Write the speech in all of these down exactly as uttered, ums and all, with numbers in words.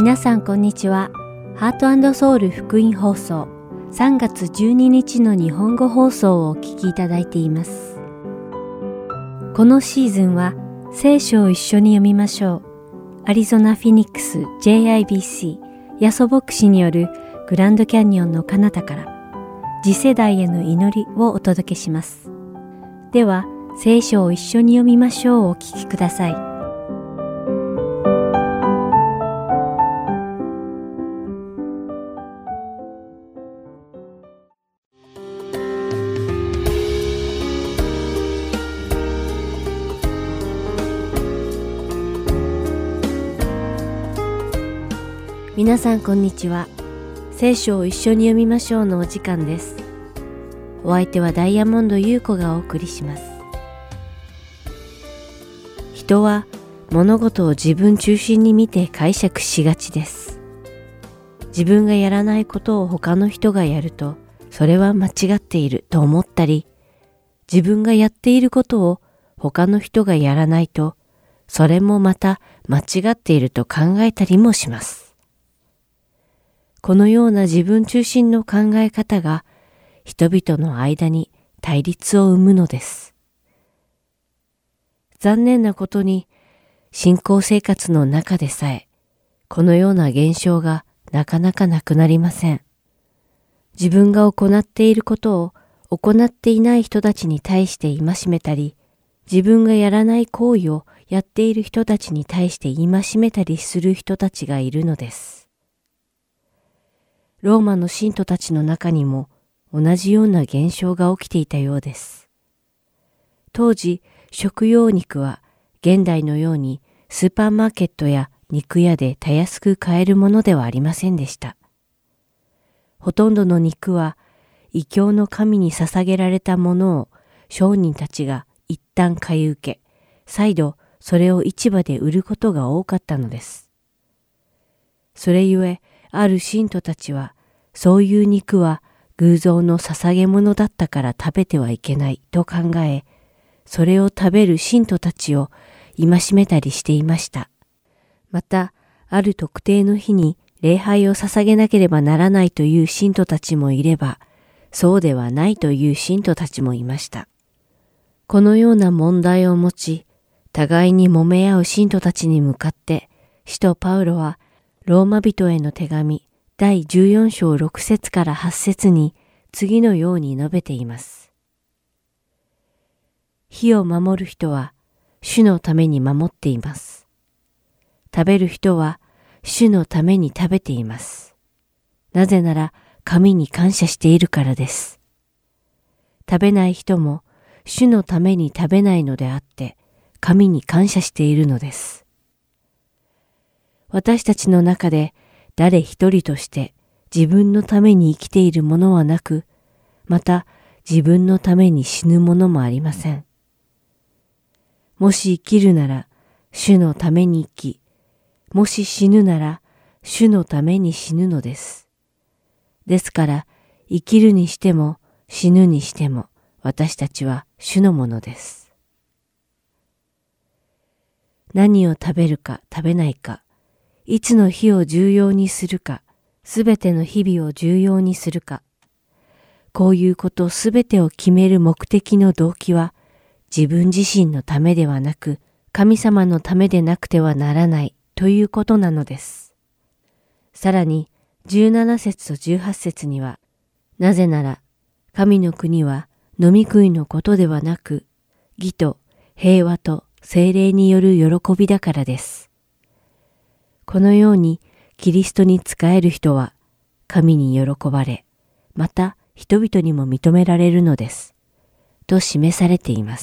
皆さんこんにちは。ハート&ソウル福音放送さんがつじゅうににちの日本語放送をお聞きいただいています。このシーズンは聖書を一緒に読みましょう。アリゾナ・フィニックス ジェイアイビーシー ヤソ牧師によるグランドキャニオンの彼方から次世代への祈りをお届けします。では聖書を一緒に読みましょうをお聞きください。皆さんこんにちは。聖書を一緒に読みましょうのお時間です。お相手はダイヤモンド優子がお送りします。人は物事を自分中心に見て解釈しがちです。自分がやらないことを他の人がやると、それは間違っていると思ったり、自分がやっていることを他の人がやらないと、それもまた間違っていると考えたりもします。このような自分中心の考え方が人々の間に対立を生むのです。残念なことに信仰生活の中でさえこのような現象がなかなかなくなりません。自分が行っていることを行っていない人たちに対して戒めたり、自分がやらない行為をやっている人たちに対して戒めたりする人たちがいるのです。ローマの信徒たちの中にも同じような現象が起きていたようです。当時、食用肉は現代のようにスーパーマーケットや肉屋でたやすく買えるものではありませんでした。ほとんどの肉は異教の神に捧げられたものを商人たちが一旦買い受け、再度それを市場で売ることが多かったのです。それゆえ、ある信徒たちは、そういう肉は偶像の捧げ物だったから食べてはいけないと考え、それを食べる信徒たちを戒めたりしていました。また、ある特定の日に礼拝を捧げなければならないという信徒たちもいれば、そうではないという信徒たちもいました。このような問題を持ち、互いに揉め合う信徒たちに向かって、使徒パウロは、ローマ人への手紙だいじゅうよんしょうろくせつからはっせつに次のように述べています。火を守る人は主のために守っています。食べる人は主のために食べています。なぜなら神に感謝しているからです。食べない人も主のために食べないのであって神に感謝しているのです。私たちの中で誰一人として自分のために生きているものはなく、また自分のために死ぬものもありません。もし生きるなら主のために生き、もし死ぬなら主のために死ぬのです。ですから生きるにしても死ぬにしても私たちは主のものです。何を食べるか食べないか、いつの日を重要にするか、すべての日々を重要にするか。こういうことすべてを決める目的の動機は、自分自身のためではなく、神様のためでなくてはならないということなのです。さらに、じゅうななせつとじゅうはっせつには、なぜなら、神の国は飲み食いのことではなく、義と平和と聖霊による喜びだからです。このようにキリストに仕える人は神に喜ばれ、また人々にも認められるのです。と示されています。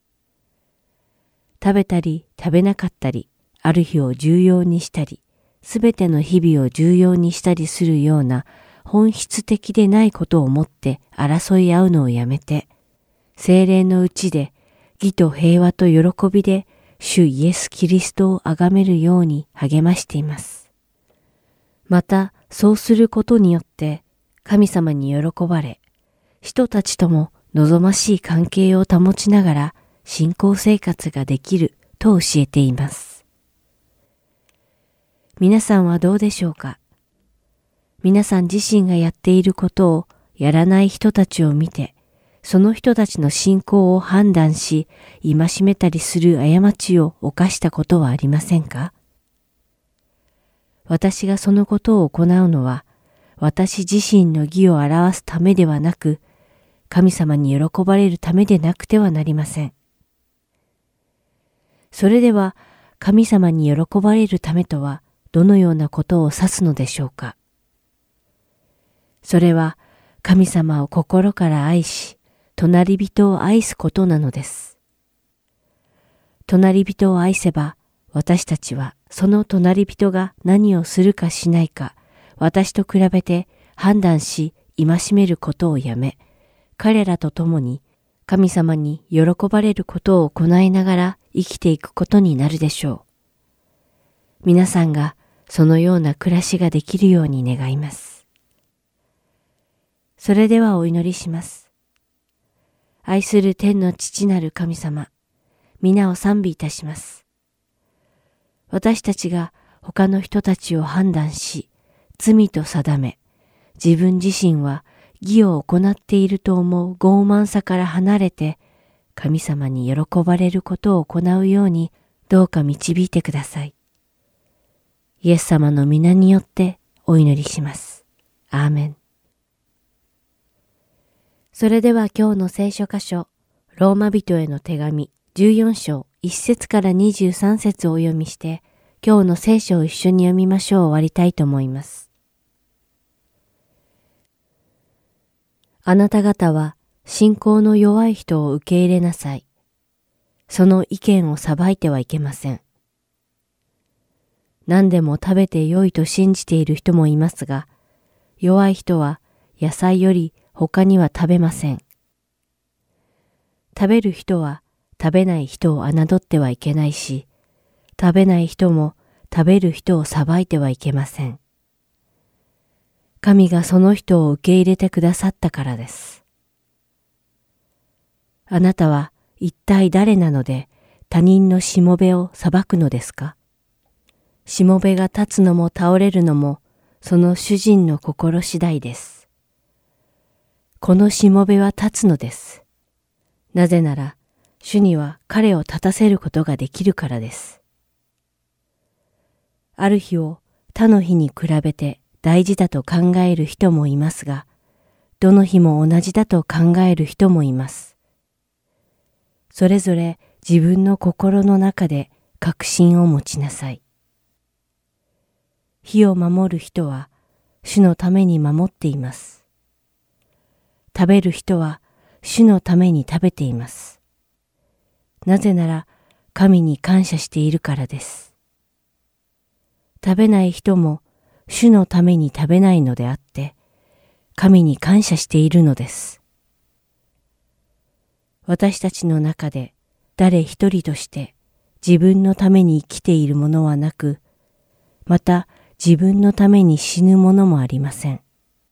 食べたり食べなかったり、ある日を重要にしたり、すべての日々を重要にしたりするような本質的でないことをもって争い合うのをやめて、聖霊のうちで義と平和と喜びで主イエス・キリストを崇めるように励ましています。また、そうすることによって神様に喜ばれ、人たちとも望ましい関係を保ちながら信仰生活ができると教えています。 皆さんはどうでしょうか。皆さん自身がやっていることをやらない人たちを見て、その人たちの信仰を判断し、戒めたりする過ちを犯したことはありませんか。私がそのことを行うのは、私自身の義を表すためではなく、神様に喜ばれるためでなくてはなりません。それでは、神様に喜ばれるためとは、どのようなことを指すのでしょうか。それは、神様を心から愛し、隣人を愛すことなのです。隣人を愛せば、私たちはその隣人が何をするかしないか、私と比べて判断し、戒めることをやめ、彼らと共に神様に喜ばれることを行いながら生きていくことになるでしょう。皆さんがそのような暮らしができるように願います。それではお祈りします。愛する天の父なる神様、皆を賛美いたします。私たちが他の人たちを判断し、罪と定め、自分自身は義を行っていると思う傲慢さから離れて、神様に喜ばれることを行うように、どうか導いてください。イエス様の皆によってお祈りします。アーメン。それでは今日の聖書箇所、ローマ人への手紙じゅうよん章いち節からにじゅうさん節をお読みして、今日の聖書を一緒に読みましょう。終わりたいと思います。あなた方は信仰の弱い人を受け入れなさい。その意見を裁いてはいけません。何でも食べて良いと信じている人もいますが、弱い人は野菜より他には食べません。食べる人は食べない人を侮ってはいけないし、食べない人も食べる人を裁いてはいけません。神がその人を受け入れてくださったからです。あなたは一体誰なので他人のしもべを裁くのですか。しもべが立つのも倒れるのもその主人の心次第です。このしもべは立つのです。なぜなら主には彼を立たせることができるからです。ある日を他の日に比べて大事だと考える人もいますが、どの日も同じだと考える人もいます。それぞれ自分の心の中で確信を持ちなさい。日を守る人は主のために守っています。食べる人は主のために食べています。なぜなら神に感謝しているからです。食べない人も主のために食べないのであって、神に感謝しているのです。私たちの中で誰一人として自分のために生きているものはなく、また自分のために死ぬものもありません。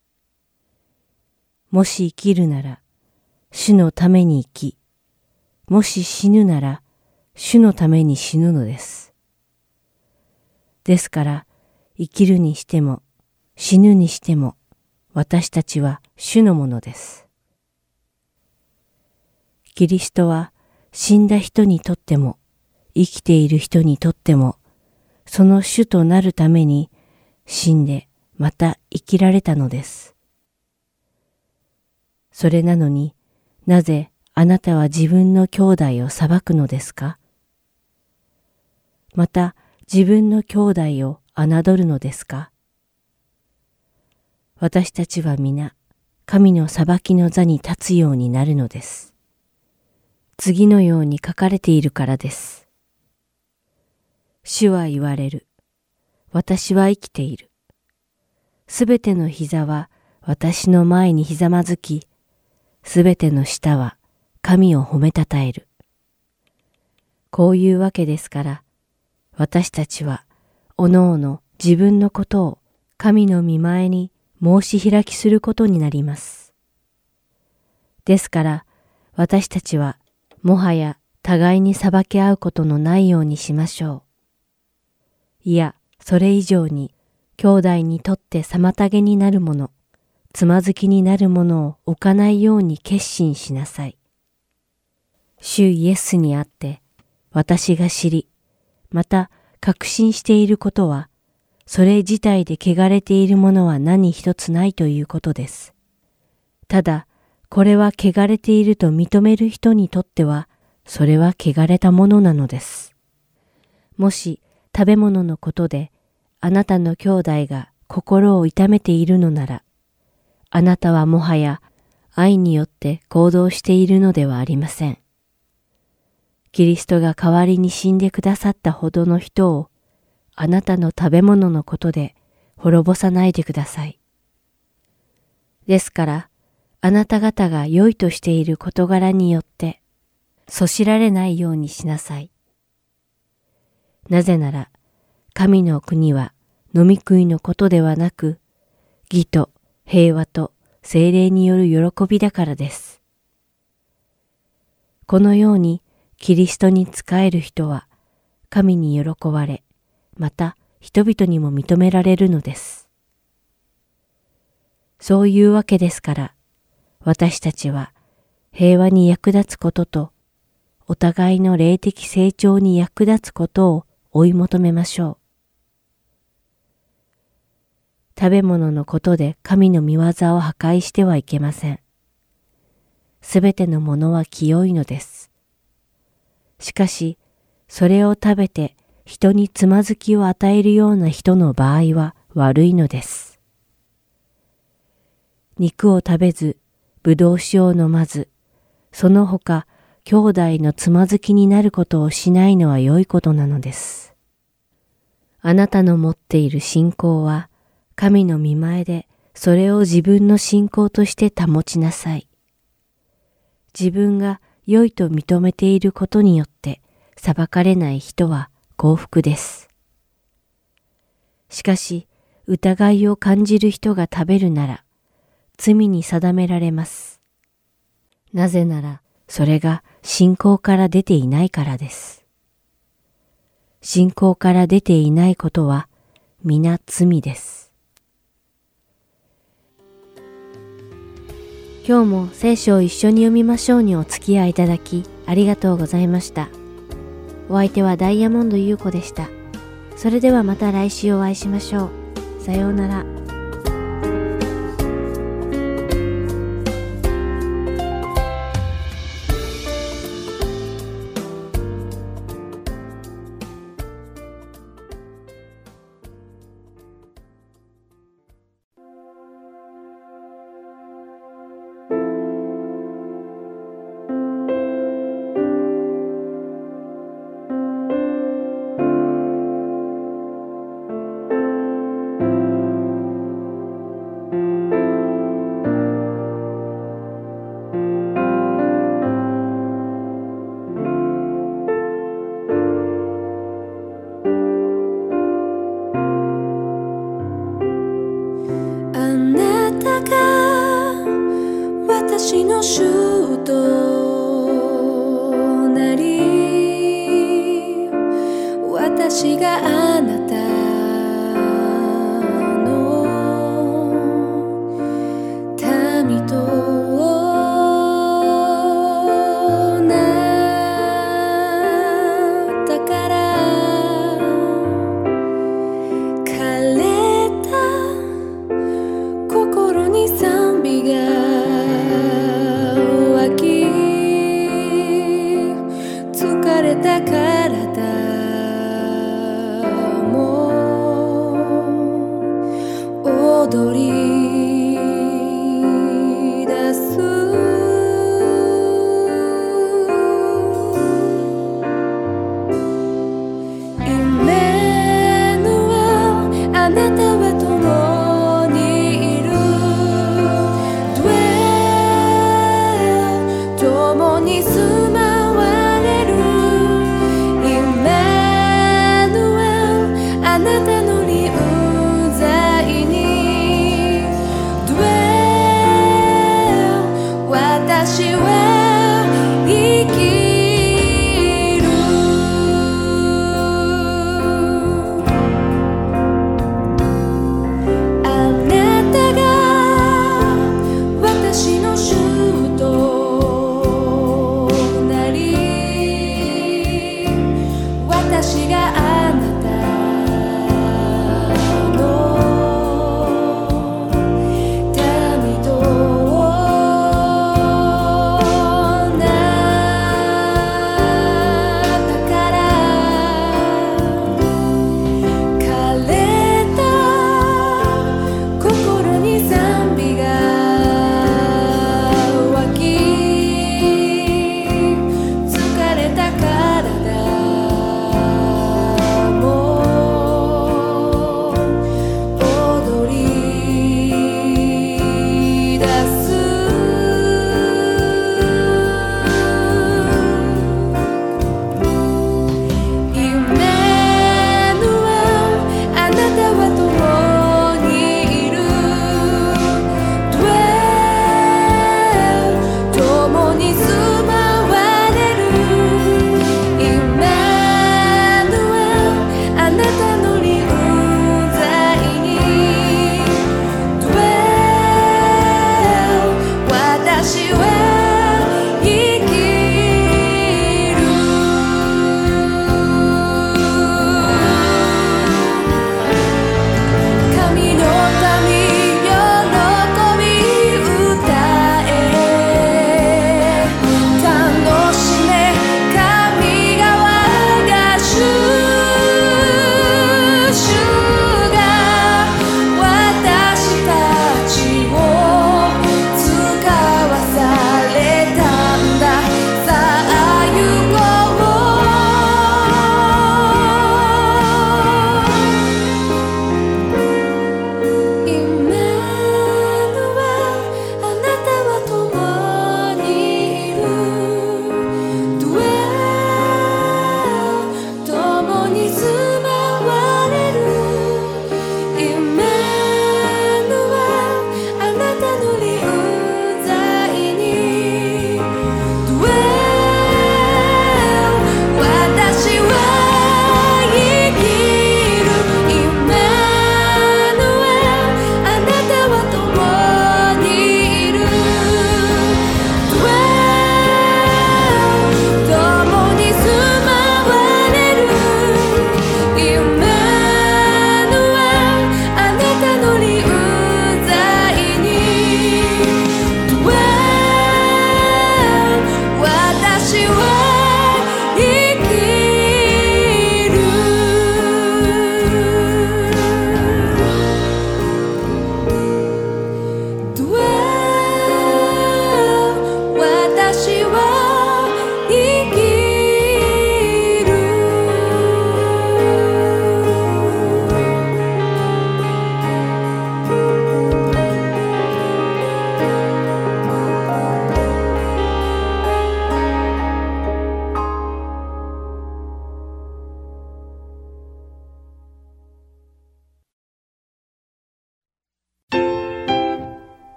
もし生きるなら主のために生き、もし死ぬなら主のために死ぬのです。ですから生きるにしても死ぬにしても私たちは主のものです。キリストは死んだ人にとっても生きている人にとってもその主となるために死んでまた生きられたのです。それなのになぜあなたは自分の兄弟を裁くのですか？また自分の兄弟を侮るのですか？私たちは皆神の裁きの座に立つようになるのです。次のように書かれているからです。主は言われる。私は生きている。すべての膝は私の前にひざまずき、すべての舌は神を褒めたたえる。こういうわけですから、私たちはおのおの自分のことを神の御前に申し開きすることになります。ですから私たちはもはや互いに裁き合うことのないようにしましょう。いや、 それ以上に兄弟にとって妨げになるもの、つまずきになるものを置かないように決心しなさい。主イエスにあって私が知り、また確信していることは、それ自体で汚れているものは何一つないということです。ただ、これは汚れていると認める人にとっては、それは汚れたものなのです。もし食べ物のことで、あなたの兄弟が心を痛めているのなら、あなたはもはや愛によって行動しているのではありません。キリストが代わりに死んでくださったほどの人を、あなたの食べ物のことで滅ぼさないでください。ですから、あなた方が良いとしている事柄によって、そしられないようにしなさい。なぜなら、神の国は飲み食いのことではなく、義と平和と聖霊による喜びだからです。このように、キリストに仕える人は、神に喜ばれ、また人々にも認められるのです。そういうわけですから、私たちは平和に役立つことと、お互いの霊的成長に役立つことを追い求めましょう。食べ物のことで神の御業を破壊してはいけません。すべてのものは清いのです。しかし、それを食べて人につまずきを与えるような人の場合は悪いのです。肉を食べず、ぶどう酒を飲まず、その他兄弟のつまずきになることをしないのは良いことなのです。あなたの持っている信仰は、神の御前でそれを自分の信仰として保ちなさい。自分が良いと認めていることによって裁かれない人は幸福です。しかし、疑いを感じる人が食べるなら、罪に定められます。なぜなら、それが信仰から出ていないからです。信仰から出ていないことは、皆罪です。今日も聖書を一緒に読みましょうにお付き合いいただき、ありがとうございました。お相手はダイヤモンド優子でした。それではまた来週お会いしましょう。さようなら。 私の主となり、私があなたの民となったから、枯れた心に賛美が疲れた体も踊り出す。イメヌエル、あなたは共にいる。ドゥエル、共に住まあなたの臨在に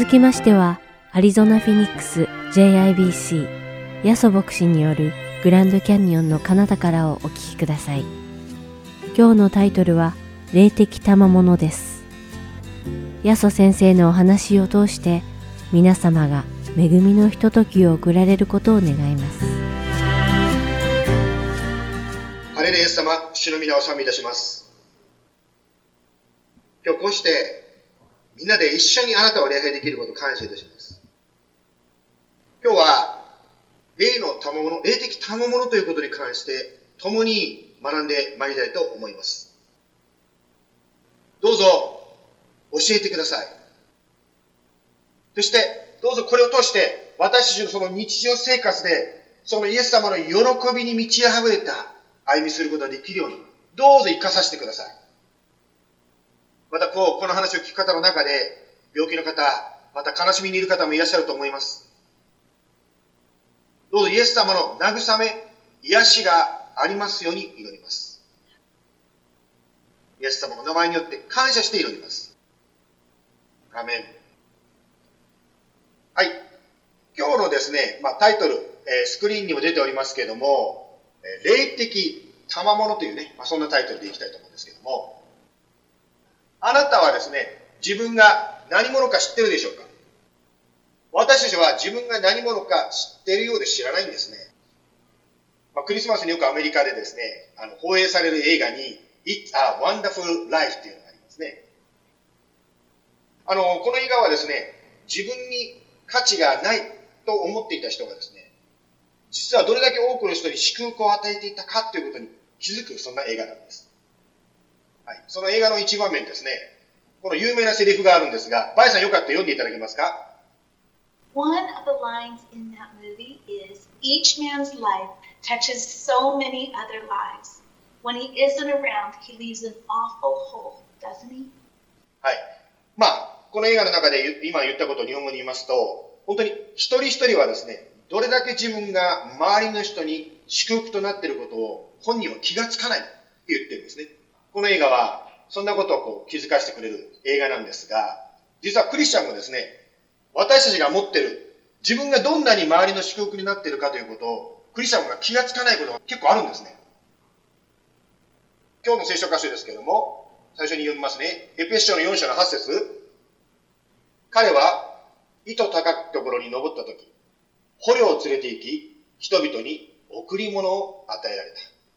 きましては、アリゾナ・フィニックス ジェイアイビーシー ヤソ牧師によるグランドキャニオンの彼方からをお聞きください。今日のタイトルは、霊的賜物です。ヤソ先生のお話を通して、皆様が恵みのひとときを送られることを願います。 ハレルヤイエス様、主の皆を賛美いたします。今日こうして、みんなで一緒にあなたを礼拝できることを感謝いたします。今日は、霊の賜物、霊的賜物ということに関して、共に学んでまいりたいと思います。どうぞ、教えてください。そして、どうぞこれを通して、私たちのその日常生活で、そのイエス様の喜びに満ち溢れた歩みすることができるように、どうぞ生かさせてください。またこう、この話を聞く方の中で、病気の方、また悲しみにいる方もいらっしゃると思います。どうぞイエス様の慰め、癒しがありますように祈ります。イエス様の名前によって感謝して祈ります。アメン。はい。今日のですね、まあ、タイトル、えー、スクリーンにも出ておりますけれども、えー、霊的賜物というね、まあ、そんなタイトルでいきたいと思うんですけども、あなたはですね、自分が何者か知ってるでしょうか？私たちは自分が何者か知っているようで知らないんですね。まあ、クリスマスによくアメリカでですね、あの放映される映画に It's a Wonderful Life というのがありますね。あの、この映画はですね、自分に価値がないと思っていた人がですね、実はどれだけ多くの人に祝福を与えていたかということに気づく、そんな映画なんです。はい、その映画の一場面ですね、この有名なセリフがあるんですが、バイさんよかったら読んでいただけますか？ One of the lines in that movie is, each man's life touches so many other lives. When he isn't around, he leaves an awful hole, doesn't he? はい。まあ、この映画の中で今言ったことを日本語に言いますと、本当に一人一人はですね、どれだけ自分が周りの人に祝福となっていることを本人は気がつかないって言ってるんですね。この映画はそんなことをこう気づかせてくれる映画なんですが、実はクリスチャンもですね、私たちが持っている自分がどんなに周りの祝福になっているかということをクリスチャンが気がつかないことが結構あるんですね。今日の聖書箇所ですけれども、最初に読みますね。エペソ書のよん章のはち節。彼は糸高くところに登ったとき、捕虜を連れて行き、人々に贈り物を与えられた。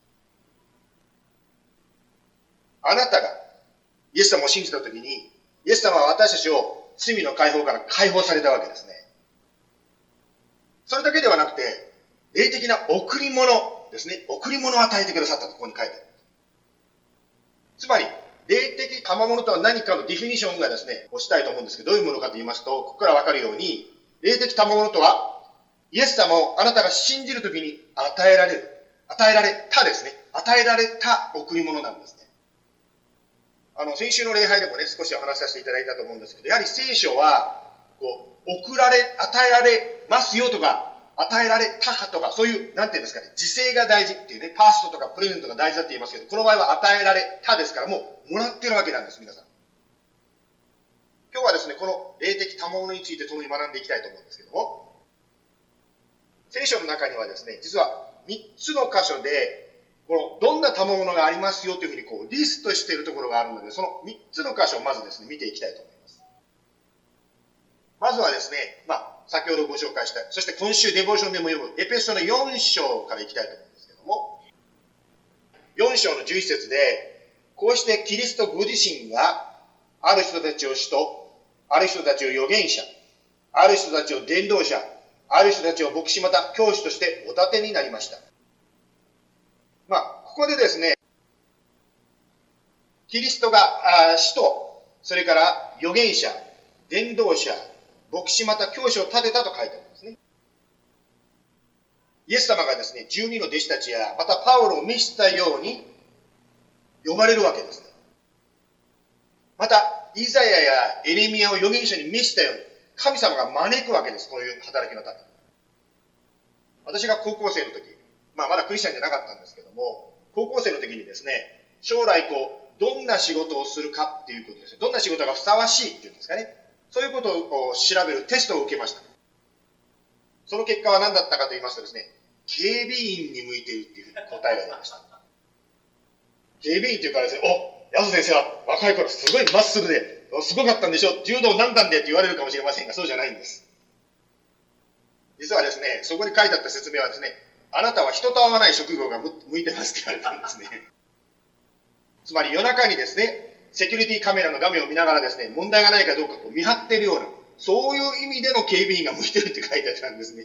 あなたがイエス様を信じたときに、イエス様は私たちを罪の解放から解放されたわけですね。それだけではなくて、霊的な贈り物ですね。贈り物を与えてくださったとここに書いてある。つまり、霊的賜物とは何かのディフィニションがですね、をしたいと思うんですけど、どういうものかと言いますと、ここからわかるように、霊的賜物とは、イエス様をあなたが信じるときに与えられる、与えられたですね。与えられた贈り物なんですね。あの、先週の礼拝でもね、少しお話しさせていただいたと思うんですけど、やはり聖書は、こう、送られ、与えられますよとか、与えられたかとか、そういう、なんていうんですかね、時勢が大事っていうね、パーストとかプレゼントが大事だって言いますけど、この場合は与えられたですから、もう、もらってるわけなんです、皆さん。今日はですね、この霊的賜物について共に学んでいきたいと思うんですけども、聖書の中にはですね、実はみっつの箇所で、このどんな賜物がありますよというふうにこうリストしているところがあるので、そのみっつの箇所をまずですね、見ていきたいと思います。まずはですね、まあ、先ほどご紹介した、そして今週デボーションでも読むエペソのよん章からいきたいと思うんですけども、よん章のじゅういち節で、こうしてキリストご自身がある人たちを使徒、ある人たちを預言者、ある人たちを伝道者、ある人たちを牧師また教師としてお立てになりました。まあ、ここでですね、キリストが使徒、それから預言者、伝道者、牧師また教師を立てたと書いてあるんですね。イエス様がですね、じゅうにの弟子たちや、またパウロを召したように呼ばれるわけですね。また、イザヤやエレミヤを預言者に召したように、神様が招くわけです、こういう働きのために。私が高校生の時、まあまだクリスチャンじゃなかったんですけども、高校生の時にですね、将来こう、どんな仕事をするかっていうことですね。どんな仕事がふさわしいっていうんですかね。 そういうことを調べるテストを受けました。その結果は何だったかと言いますとですね、警備員に向いているっていうふうに答えが出ました。警備員というからですね、お、ヤス先生は若い頃すごいまっすぐで、すごかったんでしょ、柔道何段でって言われるかもしれませんが、そうじゃないんです。実はですね、そこに書いてあった説明はですね、あなたは人と会わない職業が向いてますって言われたんですね。つまり夜中にですね、セキュリティカメラの画面を見ながらですね、問題がないかどうかを見張っているような、そういう意味での警備員が向いてるって書いてあったんですね。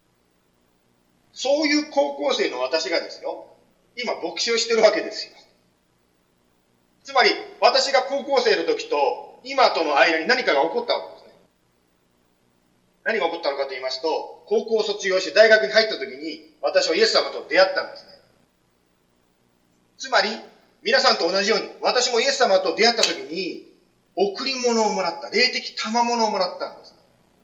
そういう高校生の私がですよ、今牧師をしてるわけですよ。つまり、私が高校生の時と今との間に何かが起こったわけですね。何が起こったのかと言いますと、高校を卒業して大学に入った時に、私はイエス様と出会ったんですね。つまり、皆さんと同じように、私もイエス様と出会った時に、贈り物をもらった、霊的賜物をもらったんです。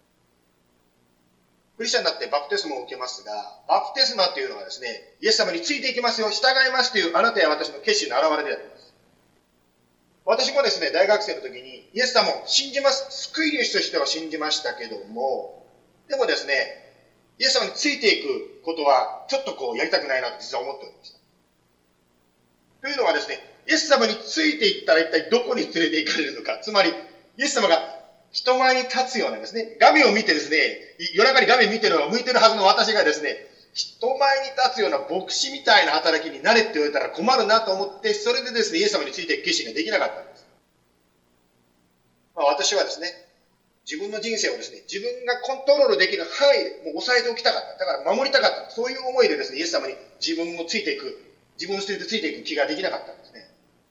クリスチャンになってバプテスマを受けますが、バプテスマというのはですね、イエス様についていきますよ、従いますというあなたや私の決心の表れであります。私もですね、大学生の時に、イエス様を信じます、救い主としては信じましたけども、でもですね、イエス様についていくことは、ちょっとこうやりたくないなと実は思っておりました。というのはですね、イエス様についていったら一体どこに連れて行かれるのか。つまり、イエス様が人前に立つようなですね、画面を見てですね、夜中に画面見てるのが向いてるはずの私がですね、人前に立つような牧師みたいな働きになれって言われたら困るなと思って、それでですね、イエス様についていく決心ができなかったんです。まあ、私はですね、自分の人生をですね、自分がコントロールできる範囲でもう抑えておきたかった。だから守りたかった。そういう思いでですね、イエス様に自分もついていく、自分を捨ててついていく気ができなかったんですね。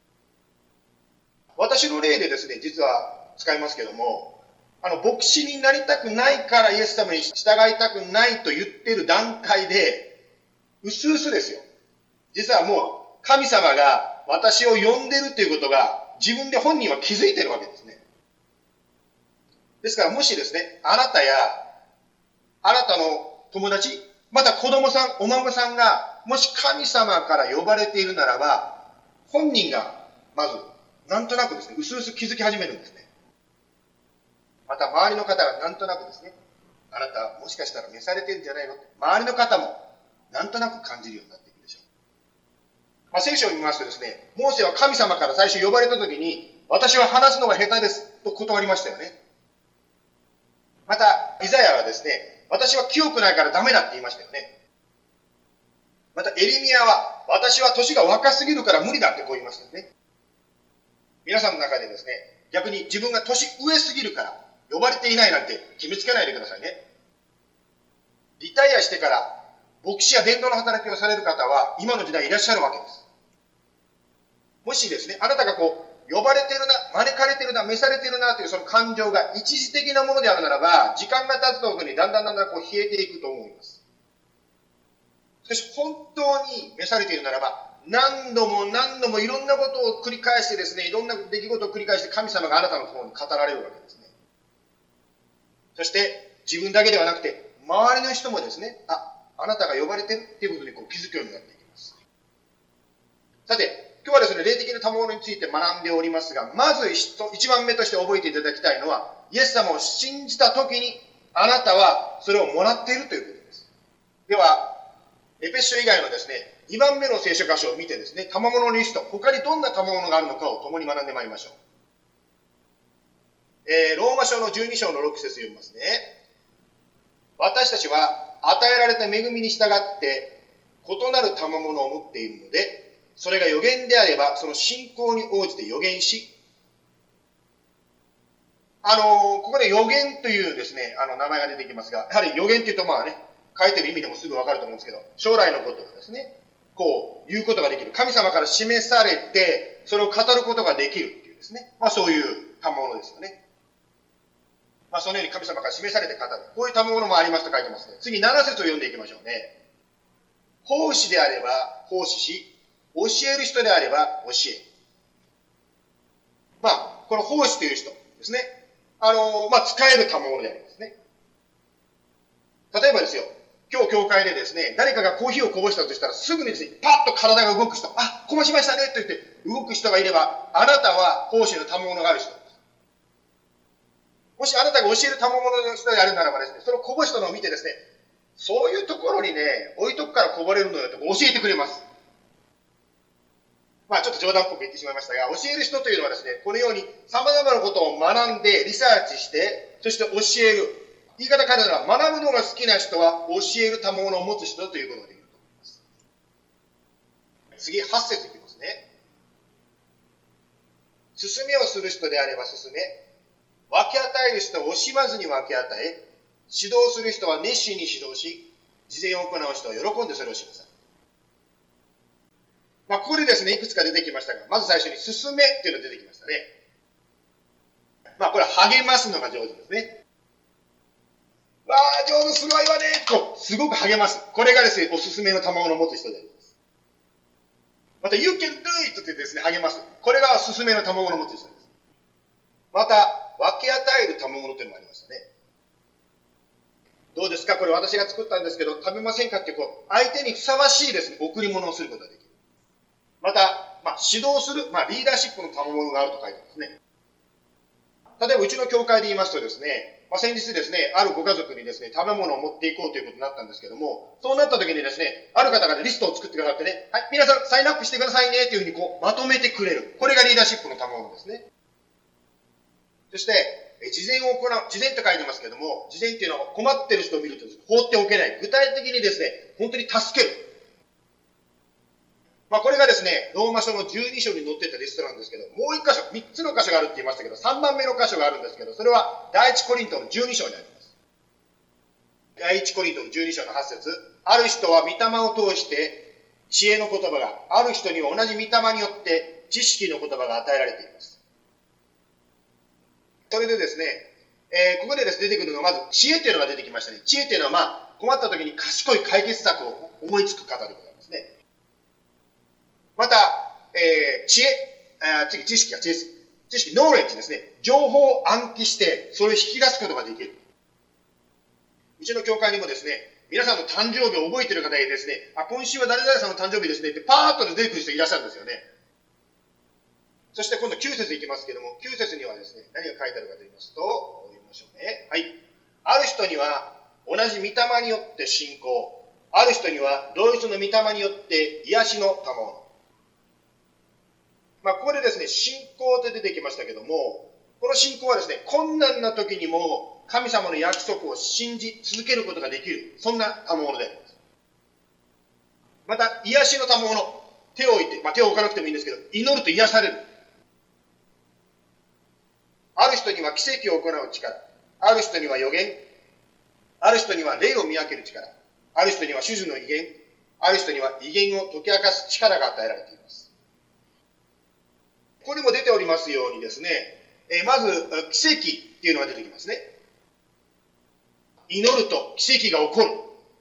私の例でですね、実は使いますけども、あの、牧師になりたくないからイエス様に従いたくないと言っている段階で、うすうすですよ。実はもう、神様が私を呼んでるということが、自分で本人は気づいてるわけですね。ですから、もしですね、あなたや、あなたの友達、また子供さん、お孫さんが、もし神様から呼ばれているならば、本人が、まず、なんとなくですね、うすうす気づき始めるんですね。また、周りの方がなんとなくですね、あなた、もしかしたら召されてるんじゃないのって、周りの方も、なんとなく感じるようになっていくでしょう。まあ、聖書を見ますとですね、モーセは神様から最初呼ばれたときに、私は話すのが下手です、と断りましたよね。また、イザヤはですね、私は清くないからダメだって言いましたよね。また、エリミアは、私は年が若すぎるから無理だってこう言いましたよね。皆さんの中でですね、逆に自分が年上すぎるから呼ばれていないなんて決めつけないでくださいね。リタイアしてから牧師や伝道の働きをされる方は今の時代いらっしゃるわけです。もしですね、あなたがこう、呼ばれてるな、招かれてるな、召されてるなというその感情が一時的なものであるならば、時間が経つときにだんだんだんだんこう冷えていくと思います。しかし本当に召されているならば、何度も何度もいろんなことを繰り返してですね、いろんな出来事を繰り返して神様があなたの方に語られるわけですね。そして自分だけではなくて、周りの人もですね、あ、あなたが呼ばれてるっていうことにこう気づくようになっていきます。さて、今日はですね、霊的な賜物について学んでおりますが、まず一番目として覚えていただきたいのは、イエス様を信じたときに、あなたはそれをもらっているということです。では、エペソ以外のですね、にばんめの聖書箇所を見てですね、賜物のリスト、他にどんな賜物があるのかを共に学んでまいりましょう。えー、ローマ書のじゅうに章のろく節読みますね。私たちは与えられた恵みに従って異なる賜物を持っているので、それが予言であればその信仰に応じて予言し、あのー、ここで予言というですね、あの名前が出てきますが、やはり予言というとまあね、書いてる意味でもすぐわかると思うんですけど、将来のことをですね、こう言うことができる。神様から示されて、それを語ることができるっていうですね。まあそういう賜物ですよね。まあそのように神様から示されて語る。こういう賜物もありますと書いてますね。次なな節を読んでいきましょうね。奉仕であれば奉仕し、教える人であれば教え。まあ、この奉仕という人ですね。あの、まあ使える賜物でありますね。例えばですよ。今日教会でですね、誰かがコーヒーをこぼしたとしたら、すぐにですね、パッと体が動く人、あ、こぼしましたねと言って動く人がいれば、あなたは奉仕の賜物がある人です。 もしあなたが教える賜物の人であるならばですね、そのこぼしたのを見てですね、そういうところにね、置いとくからこぼれるのよと教えてくれます。まあちょっと冗談っぽく言ってしまいましたが、教える人というのはですね、このように様々なことを学んで、リサーチして、そして教える。言い方変えるなら、学ぶのが好きな人は教える賜物を持つ人ということができると思います。次、はち節いきますね。勧めをする人であれば勧め、分け与える人は惜しまずに分け与え、指導する人は熱心に指導し、事前を行う人は喜んでそれをしなさい。まあ、ここでですね、いくつか出てきましたが、まず最初に勧めっていうのが出てきましたね。まあ、これは励ますのが上手ですね。わあ、上手すごいわねと、すごく励ます。これがですね、おすすめの賜物を持つ人であります。また、You can do it ってですね、励ます。これがおすすめの賜物を持つ人です。また、分け与える賜物というのもありましたね。どうですか、これ私が作ったんですけど、食べませんかってこう、相手にふさわしいですね、贈り物をすることができる。また、まあ、指導する、まあ、リーダーシップの賜物があると書いてますね。例えば、うちの教会で言いますとですね、まあ、先日ですね、あるご家族にですね、食べ物を持っていこうということになったんですけども、そうなった時にですね、ある方がリストを作ってくださってね、はい、皆さんサインアップしてくださいね、というふうにこう、まとめてくれる。これがリーダーシップの賜物ですね。そして、事前を行う、事前って書いてますけども、事前っていうのは困ってる人を見ると放っておけない。具体的にですね、本当に助ける。まあこれがですね、ローマ書のじゅうに章に載っていたリストなんですけど、もう一箇所、三つの箇所があるって言いましたけど、三番目の箇所があるんですけど、それは第一コリントのじゅうに章にあります。第一コリントのじゅうに章のはち節。ある人は御霊を通して知恵の言葉が、ある人には同じ御霊によって知識の言葉が与えられています。それでですね、えー、ここでです、ね、出てくるのはまず知恵というのが出てきましたね。知恵というのはまあ困った時に賢い解決策を思いつく方でございますね。また、えー、知恵、あ次知識が知恵、知識、ノーレッジですね。情報を暗記してそれを引き出すことができる。うちの教会にもですね、皆さんの誕生日を覚えている方にですね、あ、今週は誰々さんの誕生日ですねってパーッと出てくる人いらっしゃるんですよね。そして今度きゅう節いきますけども、きゅう節にはですね、何が書いてあるかと言いますと、読みましょうね。はい。ある人には同じ御霊によって信仰、ある人には同一の御霊によって癒しの賜物。まあ、ここでですね、信仰って出てきましたけども、この信仰はですね、困難な時にも神様の約束を信じ続けることができる、そんな賜物であります。また、癒しの賜物、手を置いて、まあ、手を置かなくてもいいんですけど、祈ると癒される。ある人には奇跡を行う力、ある人には予言、ある人には霊を見分ける力、ある人には種々の威厳、ある人には威厳を解き明かす力が与えられています。ここにも出ておりますようにですね、えー、まず奇跡っていうのが出てきますね。祈ると奇跡が起こる。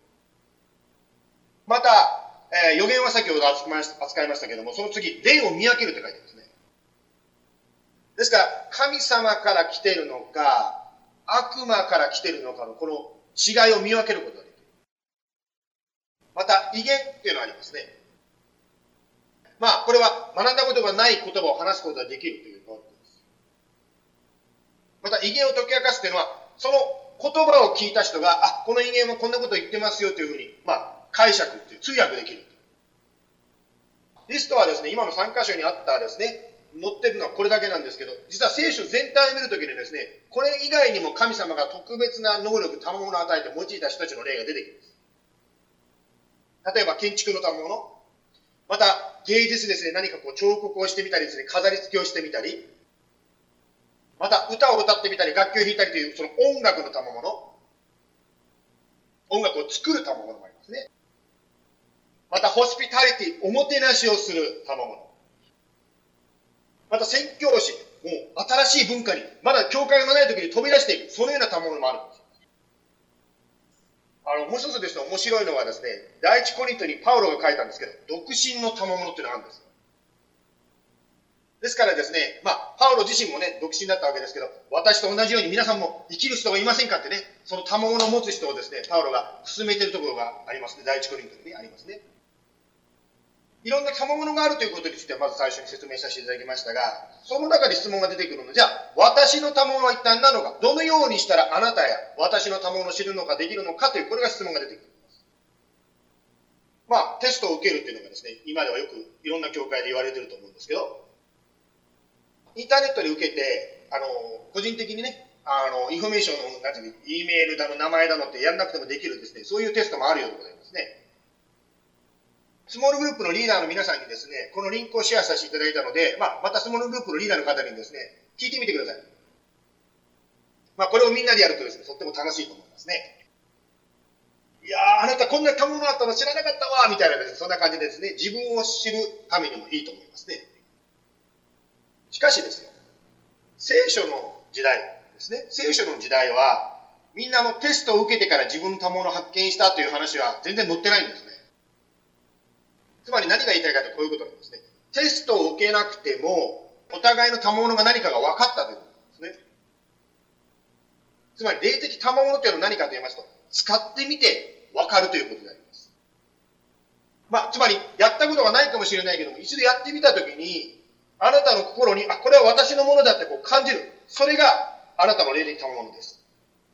また、えー、予言は先ほど扱いましたけども、その次、霊を見分けるって書いてますね。ですから、神様から来ているのか、悪魔から来ているのかのこの違いを見分けることができる。また、威厳っていうのがありますね。まあ、これは学んだことがない言葉を話すことができるという能力です。また、威厳を解き明かすというのは、その言葉を聞いた人が、あ、この威厳はこんなことを言ってますよというふうに、まあ、解釈っていう通訳できる。リストはですね、今のさん箇所にあったですね、載ってるのはこれだけなんですけど、実は聖書全体を見るときにですね、これ以外にも神様が特別な能力、賜物を与えて用いた人たちの例が出てきます。例えば建築の賜物、また芸術ですね、何かこう彫刻をしてみたりですね、飾り付けをしてみたり、また歌を歌ってみたり、楽器を弾いたりというその音楽の賜物、音楽を作る賜物もありますね。またホスピタリティ、おもてなしをする賜物。また宣教師、もう新しい文化に、まだ教会がない時に飛び出していく、そのような賜物もあるんですよ。あの、もう一つですね、面白いのはですね、第一コリントにパウロが書いたんですけど、独身の賜物っていうのがあるんですよ。ですからですね、まあ、パウロ自身もね、独身だったわけですけど、私と同じように皆さんも生きる人がいませんかってね、その賜物を持つ人をですね、パウロが進めているところがありますね。第一コリントに、ね、ありますね。 いろんな賜物があるということについてはまず最初に説明させていただきましたが、その中で質問が出てくるので、じゃあ、私の賜物は一体何なのか、どのようにしたらあなたや私の賜物を知るのかできるのかという、これが質問が出てくるんです。まあ、テストを受けるというのがですね、今ではよくいろんな教会で言われていると思うんですけど、インターネットで受けて、あの、個人的にね、あの、インフォメーションの、なんていうの、Eメールだの、名前だのってやらなくてもできるですね、そういうテストもあるようでございますね。スモールグループのリーダーの皆さんにですね、このリンクをシェアさせていただいたので、まあ、またスモールグループのリーダーの方にですね、聞いてみてください。まあ、これをみんなでやるとですね、とっても楽しいと思いますね。いやー、あなたこんな賜物あったの知らなかったわ、みたいなですね、そんな感じでですね、自分を知るためにもいいと思いますね。しかしですよ、聖書の時代ですね、聖書の時代は、みんなのテストを受けてから自分の賜物を発見したという話は全然載ってないんですね。つまり何が言いたいかというとこういうことなんですね。テストを受けなくても、お互いの賜物が何かが分かったということですね。つまり霊的賜物というのは何かと言いますと、使ってみて分かるということであります。まあ、つまり、やったことがないかもしれないけども、一度やってみたときに、あなたの心に、あ、これは私のものだってこう感じる。それがあなたの霊的賜物です。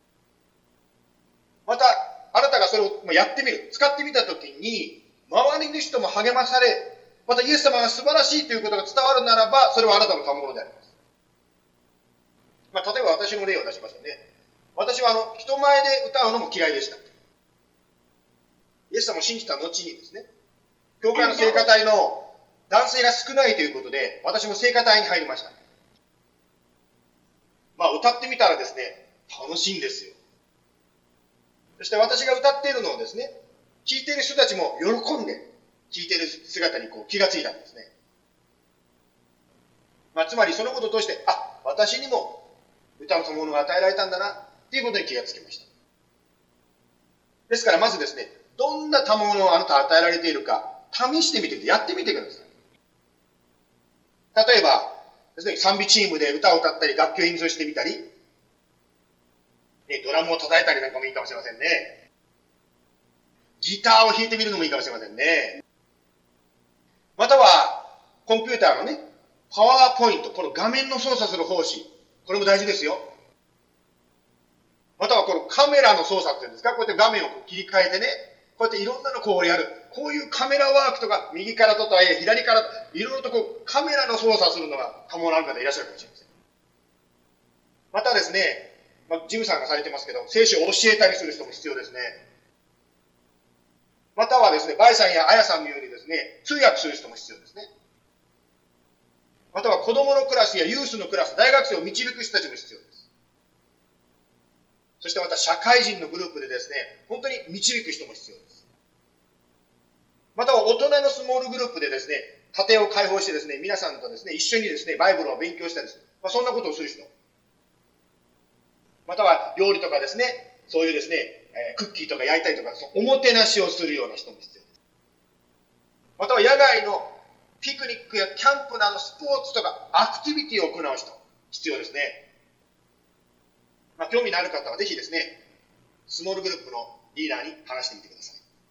また、あなたがそれをやってみる。使ってみたときに、周りの人も励まされ、またイエス様が素晴らしいということが伝わるならば、それはあなたの賜物であります。まあ、例えば私の例を出しますよね。私はあの、人前で歌うのも嫌いでした。イエス様を信じた後にですね、教会の聖歌隊の男性が少ないということで、私も聖歌隊に入りました。まあ、歌ってみたらですね、楽しいんですよ。そして私が歌っているのをですね、聞いている人たちも喜んで聞いている姿にこう気がついたんですね。まあ、つまりそのことを通して、あ、私にも歌の賜物が与えられたんだなっていうことに気がつきました。ですからまずですね、どんな賜物をあなた与えられているか試してみて、やってみてください。例えばですね、賛美チームで歌を歌ったり楽器を演奏してみたり、ね、ドラムを叩いたりなんかもいいかもしれませんね。ギターを弾いてみるのもいいかもしれませんね。または、コンピューターのね、パワーポイント、この画面の操作する方針、これも大事ですよ。またはこのカメラの操作っていうんですか、こうやって画面を切り替えてね、こうやっていろんなのこうやる。こういうカメラワークとか、右からとか左から、いろいろとこうカメラの操作するのが可能な方いらっしゃるかもしれません。またですね、まあ、ジムさんがされてますけど、聖書を教えたりする人も必要ですね。またはですね、バイさんやアヤさんのようにですね、通訳する人も必要ですね。または子供のクラスやユースのクラス、大学生を導く人たちも必要です。そしてまた社会人のグループでですね、本当に導く人も必要です。または大人のスモールグループでですね、家庭を開放してですね、皆さんとですね、一緒にですね、バイブルを勉強したりする。まあ、そんなことをする人。または料理とかですね、そういうですね、えー、クッキーとか焼いたりとか、おもてなしをするような人も必要です。または野外のピクニックやキャンプなどスポーツとかアクティビティを行う人、必要ですね。まあ、興味のある方はぜひですね、スモールグループのリーダーに話してみてください。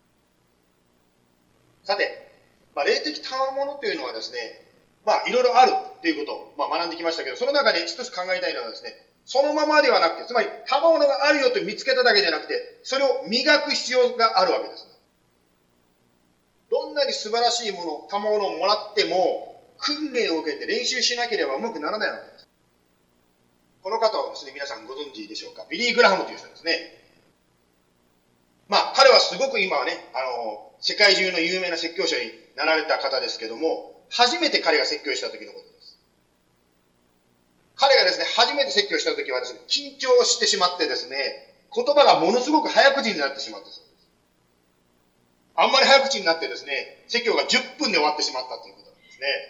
さて、まあ、霊的賜物というのはですね、まあ、いろいろあるということを、まあ、学んできましたけど、その中で一つ考えたいのはですね、そのままではなくて、つまり賜物があるよと見つけただけじゃなくて、それを磨く必要があるわけです。どんなに素晴らしいもの、賜物をもらっても、訓練を受けて練習しなければうまくならないわけです。この方はですね、皆さんご存知でしょうか。ビリー・グラハムという人ですね。まあ、彼はすごく今はね、あの、世界中の有名な説教者になられた方ですけども、初めて彼が説教した時のことです。彼がですね、初めて説教した時はですね、緊張してしまってですね、言葉がものすごく早口になってしまったそうです。あんまり早口になってですね、説教がじゅっぷんで終わってしまったということなんですね。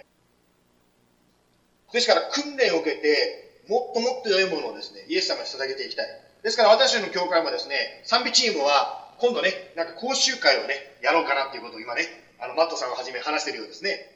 ですから訓練を受けて、もっともっと良いものをですね、イエス様に捧げていきたい。ですから私たちの教会もですね、賛美チームは今度ね、なんか講習会をね、やろうかなっていうことを今ね、あの、マットさんをはじめ話しているようですね。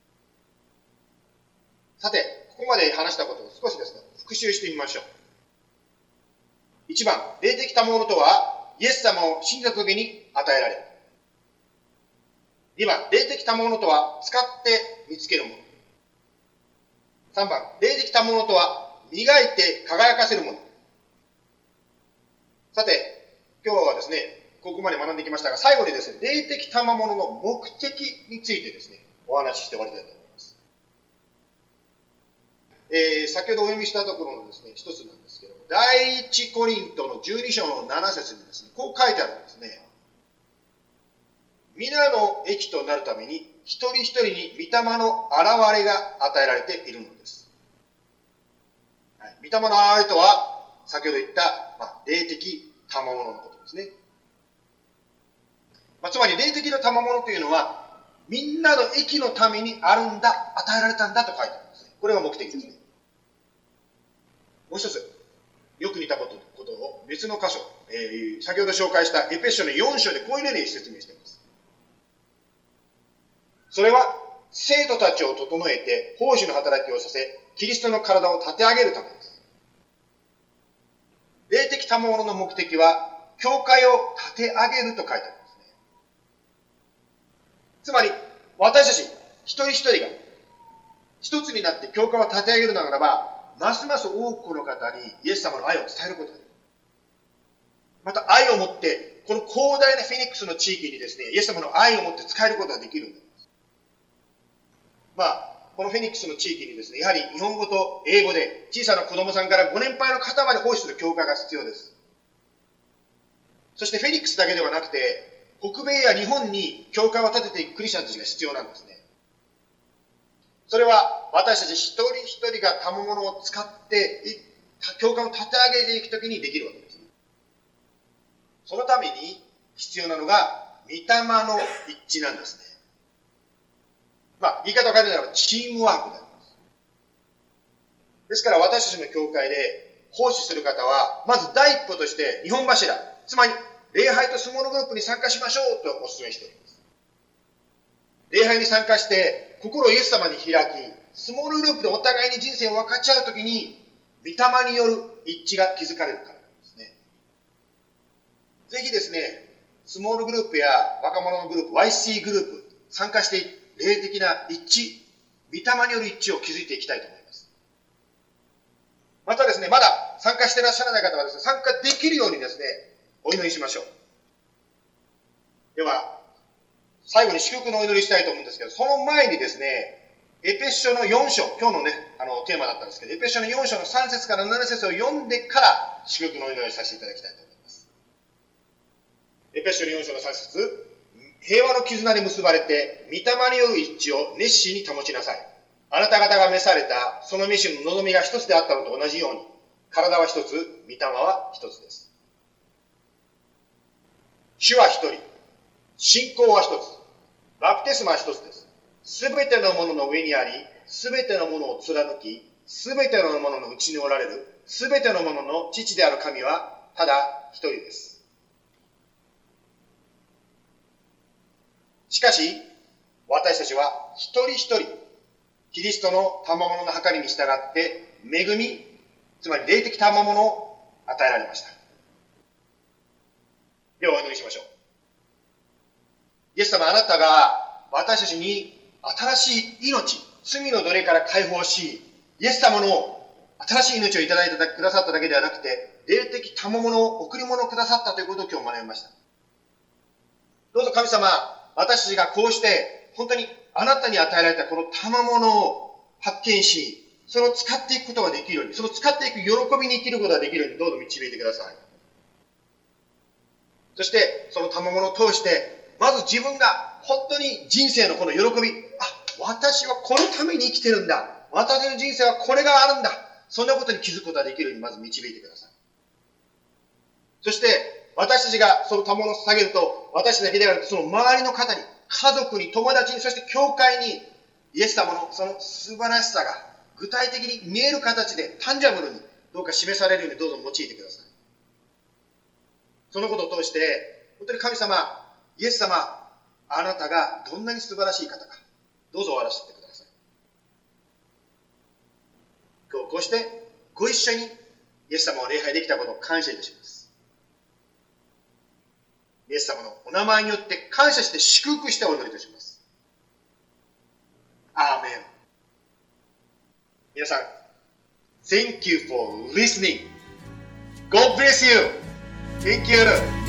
さて、ここまで話したことを少しですね、復習してみましょう。いちばん、霊的賜物とは、イエス様を信じた時に与えられる。 にばん、霊的賜物とは使って見つけるもの。さんばん、霊的賜物とは磨いて輝かせるもの。さて、今日はですね、ここまで学んできましたが、最後にですね、霊的賜物の目的についてですね、お話しして終わりたいと思います。えー、先ほどお読みしたところのですね、一つなんですけども、第一コリントのじゅうに章のなな節にですね、こう書いてあるんですね。皆の益となるために、一人一人に御霊の現れが与えられているのです。はい、御霊の現れとは、先ほど言った、まあ、霊的賜物のことですね。まあ、つまり霊的な賜物というのは、みんなの益のためにあるんだ、与えられたんだと書いてあるんですね。これが目的ですね。もう一つ、よく似たことことを別の箇所、えー、先ほど紹介したエペソ書のよん章でこういうふうに説明しています。それは、生徒たちを整えて、奉仕の働きをさせ、キリストの体を立て上げるためです。霊的賜物の目的は、教会を立て上げると書いてあるんですね。つまり、私たち、一人一人が、一つになって教会を立て上げるならば、ますます多くの方にイエス様の愛を伝えることができる。また、愛を持って、この広大なフェニックスの地域にですね、イエス様の愛を持って使えることができるんです。まあ、このフェニックスの地域にですね、やはり日本語と英語で小さな子供さんからご年配の方まで奉仕する教会が必要です。そしてフェニックスだけではなくて、北米や日本に教会を建てていくクリスチャンたちが必要なんですね。それは私たち一人一人が賜物を使って教会を立て上げていくときにできるわけです。そのために必要なのが御霊の一致なんですね。まあ、言い方を変えるならばチームワークになります。ですから私たちの教会で奉仕する方は、まず第一歩として日本柱、つまり礼拝とスモールグループに参加しましょうとお勧めしております。礼拝に参加して心をイエス様に開き、スモールグループでお互いに人生を分かち合うときに、御霊による一致が築かれるからなんですね。ぜひですね、スモールグループや若者のグループ、ワイシー グループ、参加して霊的な一致、御霊による一致を築いていきたいと思います。またですね、まだ参加していらっしゃらない方はですね、参加できるようにですね、お祈りしましょう。では、最後に祝福のお祈りしたいと思うんですけど、その前にですね、エペソ書のよん章、今日のね、あの、テーマだったんですけど、エペソ書のよん章のさん節からなな節を読んでから祝福のお祈りをさせていただきたいと思います。エペソ書のよん章のさん節、平和の絆で結ばれて、御霊による一致を熱心に保ちなさい。あなた方が召された、その召しの望みが一つであったのと同じように、体は一つ、御霊は一つです。主は一人、信仰は一つ、バプテスマは一つです。すべてのものの上にあり、すべてのものを貫き、すべてのもののうちにおられる、すべてのものの父である神は、ただ一人です。しかし、私たちは一人一人、キリストの賜物の計りに従って、恵み、つまり霊的賜物を与えられました。ではお祈りしましょう。イエス様、あなたが私たちに新しい命、罪の奴隷から解放し、イエス様の新しい命をいただいてくださっただけではなくて、霊的賜物を、贈り物をくださったということを今日学びました。どうぞ神様、私たちがこうして、本当にあなたに与えられたこの賜物を発見し、それを使っていくことができるように、その使っていく喜びに生きることができるようにどうぞ導いてください。そして、その賜物を通して、まず自分が本当に人生のこの喜び、あ、私はこのために生きてるんだ。私の人生はこれがあるんだ。そんなことに気づくことができるようにまず導いてください。そして、私たちがその賜物を捧げると、私たちだけではなくて、その周りの方に、家族に、友達に、そして教会に、イエス様のその素晴らしさが具体的に見える形で、タンジャブルにどうか示されるようにどうぞ用いてください。そのことを通して、本当に神様、イエス様、あなたがどんなに素晴らしい方か、どうぞお話ししてください。今日こうしてご一緒にイエス様を礼拝できたことを感謝いたします。イエス様のお名前によって感謝して祝福してお祈りいたします。 皆さん、Thank you for listening. God bless you. Thank you.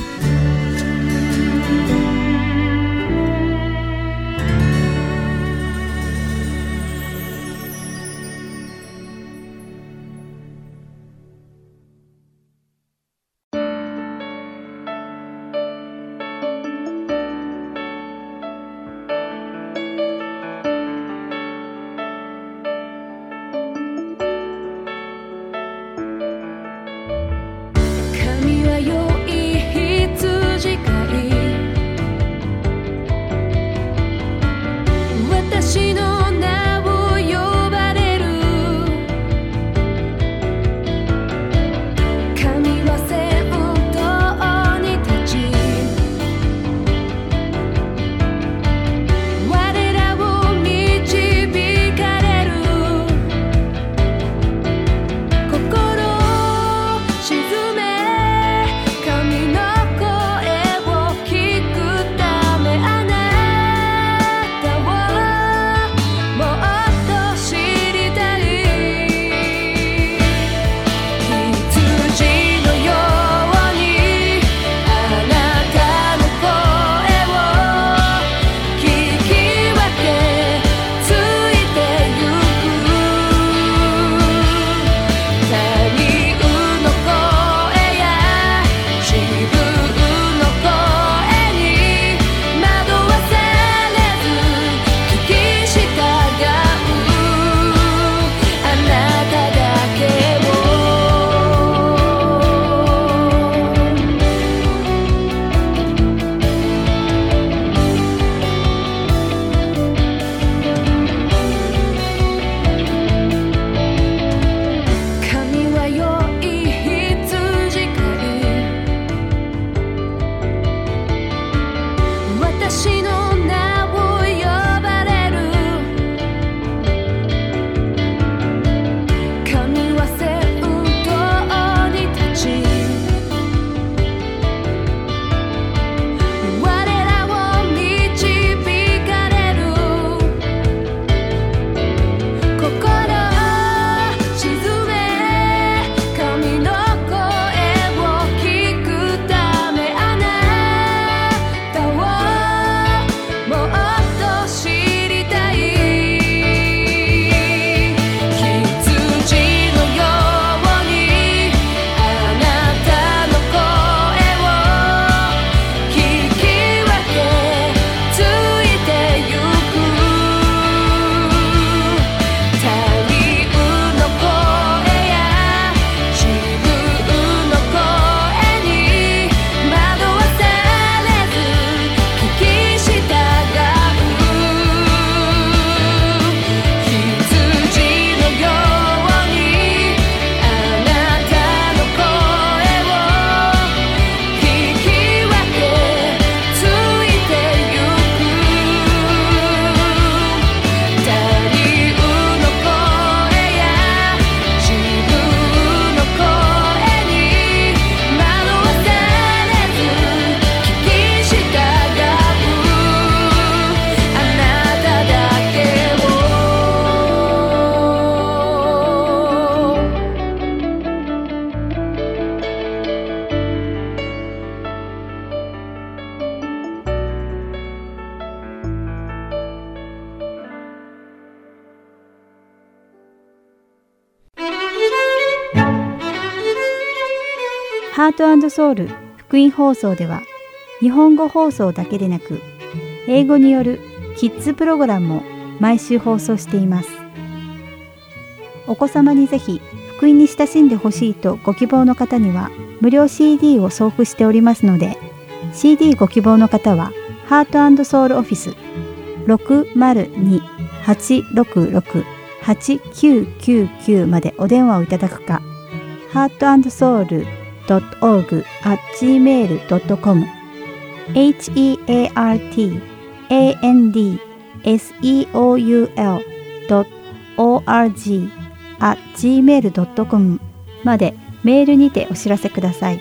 ハート&ソウル福音放送では日本語放送だけでなく英語によるキッズプログラムも毎週放送しています。お子様にぜひ福音に親しんでほしいとご希望の方には無料 シーディー を送付しておりますので、 シーディー ご希望の方はハート&ソウルオフィス ろくまるに はちろくろく はちきゅうきゅうきゅう までお電話をいただくか、 ハート&ソウル ドット オーグ アット ジーメール ドット コム エイチ イー エー アール ティー エー エヌ ディー エス イー オー ユー エル ドット オー アール ジー アット ジーメール ドット コム までメールにてお知らせください。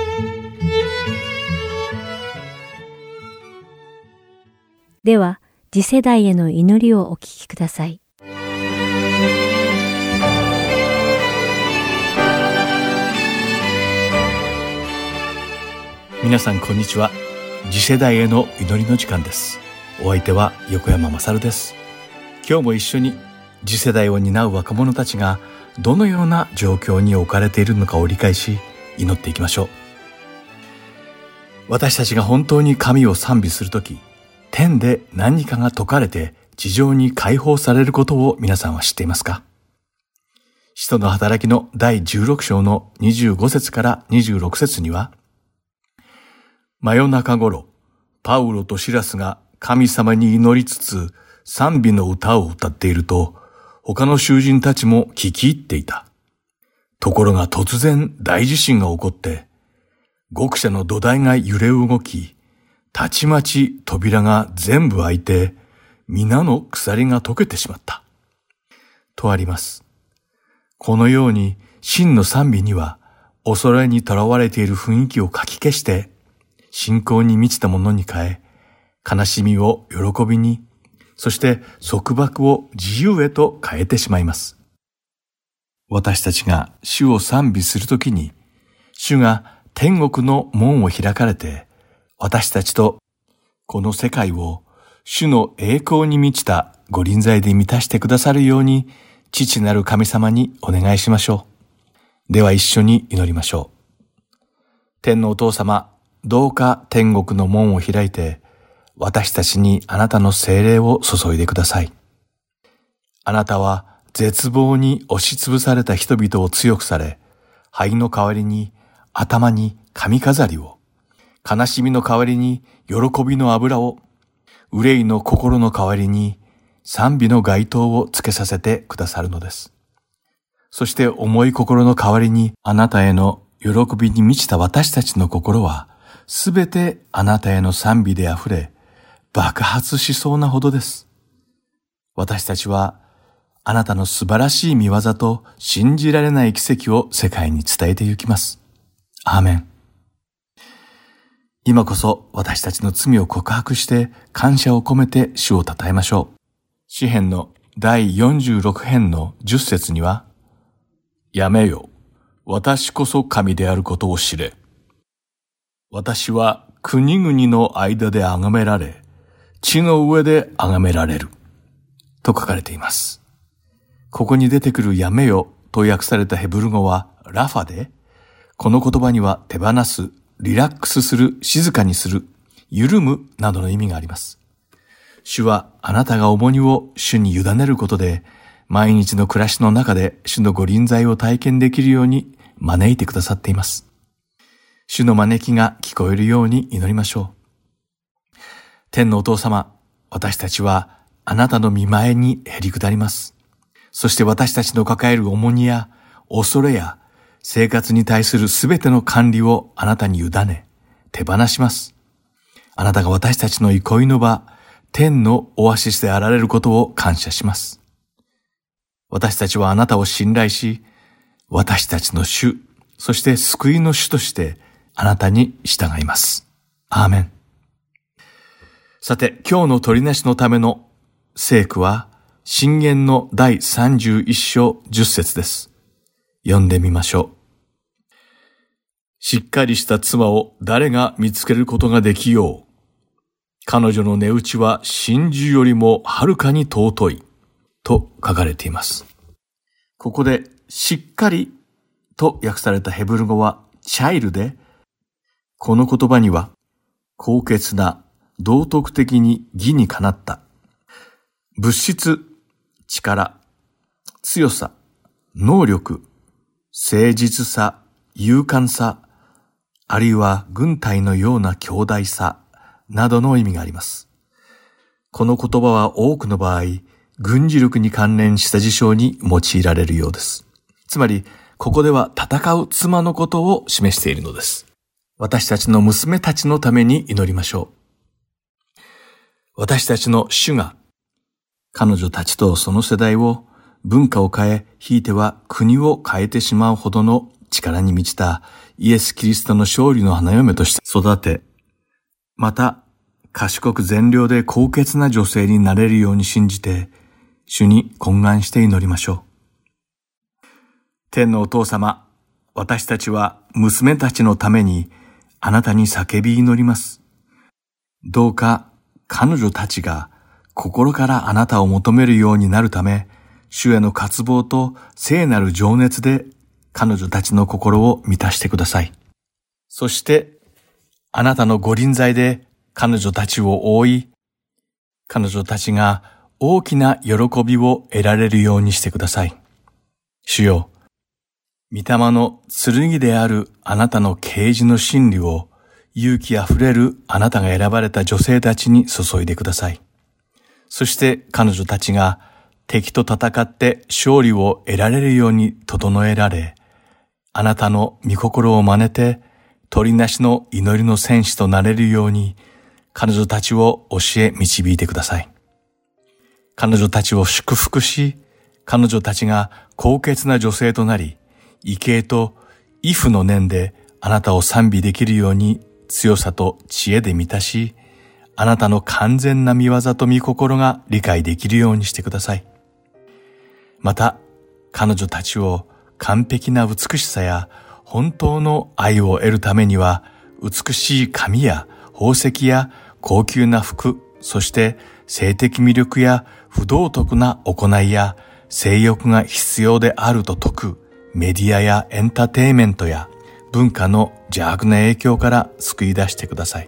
では次世代への祈りをお聞きください。 皆さんこんにちは。次世代への祈りの時間です。お相手は横山まさるです。今日も一緒に次世代を担う若者たちがどのような状況に置かれているのかを理解し、祈っていきましょう。私たちが本当に神を賛美するとき、天で何かが解かれて地上に解放されることを皆さんは知っていますか？使徒の働きのだいじゅうろく章のにじゅうご節からにじゅうろく節には、真夜中頃、パウロとシラスが神様に祈りつつ賛美の歌を歌っていると、他の囚人たちも聞き入っていた。ところが突然大地震が起こって、獄舎の土台が揺れ動き、たちまち扉が全部開いて、皆の鎖が解けてしまった。とあります。このように真の賛美には、恐れにとらわれている雰囲気をかき消して、信仰に満ちたものに変え、悲しみを喜びに、そして束縛を自由へと変えてしまいます。私たちが主を賛美するときに、主が天国の門を開かれて、私たちとこの世界を主の栄光に満ちたご臨在で満たしてくださるように、父なる神様にお願いしましょう。では一緒に祈りましょう。天のお父様、どうか天国の門を開いて、私たちにあなたの聖霊を注いでください。あなたは絶望に押しつぶされた人々を強くされ、灰の代わりに頭に髪飾りを、悲しみの代わりに喜びの油を、憂いの心の代わりに賛美の街灯をつけさせてくださるのです。そして重い心の代わりにあなたへの喜びに満ちた私たちの心は、すべてあなたへの賛美であふれ、爆発しそうなほどです。私たちは、あなたの素晴らしい見業と信じられない奇跡を世界に伝えて行きます。アーメン。今こそ私たちの罪を告白して感謝を込めて主を称えましょう。詩編のだいよんじゅうろく編のじゅっ節には、やめよ、私こそ神であることを知れ。私は国々の間で崇められ、地の上で崇められる。と書かれています。ここに出てくるやめよと訳されたヘブル語はラファで、この言葉には手放す、リラックスする、静かにする、緩むなどの意味があります。主はあなたが重荷を主に委ねることで、毎日の暮らしの中で主のご臨在を体験できるように招いてくださっています。主の招きが聞こえるように祈りましょう。天のお父様、私たちはあなたの御前にへり下ります。そして私たちの抱える重荷や恐れや生活に対するすべての管理をあなたに委ね、手放します。あなたが私たちの憩いの場、天のオアシスであられることを感謝します。私たちはあなたを信頼し、私たちの主、そして救いの主としてあなたに従います。アーメン。さて、今日の取りなしのための聖句は、箴言のだいさんじゅういっ章じゅっ節です。読んでみましょう。しっかりした妻を誰が見つけることができよう。彼女の値打ちは真珠よりもはるかに尊い。と書かれています。ここで、しっかりと訳されたヘブル語はチャイルで、この言葉には、高潔な、道徳的に義にかなった、物質、力、強さ、能力、誠実さ、勇敢さ、あるいは軍隊のような強大さ、などの意味があります。この言葉は多くの場合、軍事力に関連した事象に用いられるようです。つまり、ここでは戦う妻のことを示しているのです。私たちの娘たちのために祈りましょう。私たちの主が、彼女たちとその世代を文化を変え、ひいては国を変えてしまうほどの力に満ちたイエス・キリストの勝利の花嫁として育て、また賢く善良で高潔な女性になれるように信じて、主に懇願して祈りましょう。天のお父様、私たちは娘たちのためにあなたに叫び祈ります。どうか彼女たちが心からあなたを求めるようになるため、主への渇望と聖なる情熱で彼女たちの心を満たしてください。そしてあなたのご臨在で彼女たちを覆い、彼女たちが大きな喜びを得られるようにしてください。主よ、御霊の剣であるあなたの啓示の真理を勇気あふれるあなたが選ばれた女性たちに注いでください。そして彼女たちが敵と戦って勝利を得られるように整えられ、あなたの御心を真似て取りなしの祈りの戦士となれるように彼女たちを教え導いてください。彼女たちを祝福し、彼女たちが高潔な女性となり、畏敬と畏怖の念であなたを賛美できるように強さと知恵で満たし、あなたの完全な御業と御心が理解できるようにしてください。また、彼女たちを完璧な美しさや本当の愛を得るためには、美しい髪や宝石や高級な服、そして性的魅力や不道徳な行いや性欲が必要であると説くメディアやエンターテインメントや文化の邪悪な影響から救い出してください。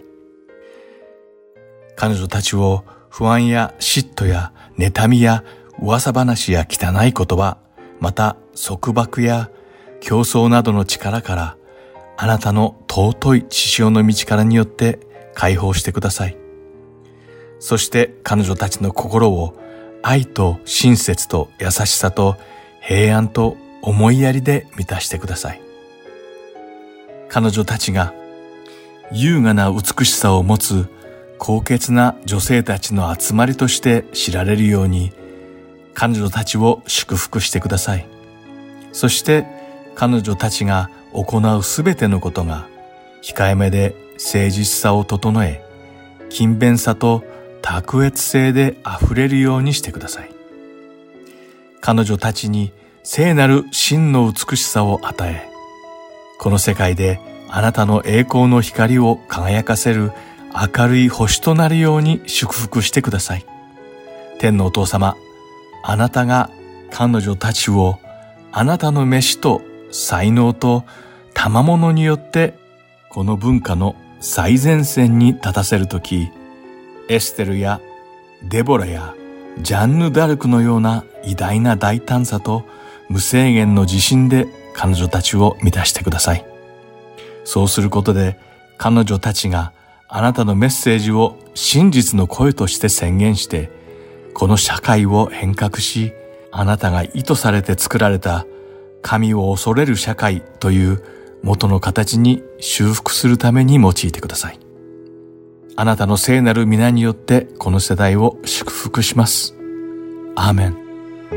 彼女たちを不安や嫉妬や妬みや噂話や汚い言葉、また束縛や競争などの力から、あなたの尊い血潮の道からによって解放してください。そして彼女たちの心を愛と親切と優しさと平安と思いやりで満たしてください。彼女たちが優雅な美しさを持つ高潔な女性たちの集まりとして知られるように、彼女たちを祝福してください。そして彼女たちが行うすべてのことが控えめで誠実さを整え、勤勉さと卓越性で溢れるようにしてください。彼女たちに聖なる真の美しさを与え、この世界であなたの栄光の光を輝かせる明るい星となるように祝福してください。天のお父様、あなたが彼女たちをあなたの召しと才能と賜物によってこの文化の最前線に立たせるとき、エステルやデボラやジャンヌ・ダルクのような偉大な大胆さと無制限の自信で彼女たちを満たしてください。そうすることで彼女たちがあなたのメッセージを真実の声として宣言して、この社会を変革し、あなたが意図されて作られた神を恐れる社会という元の形に修復するために用いてください。あなたの聖なる皆によってこの世代を祝福します。アーメン。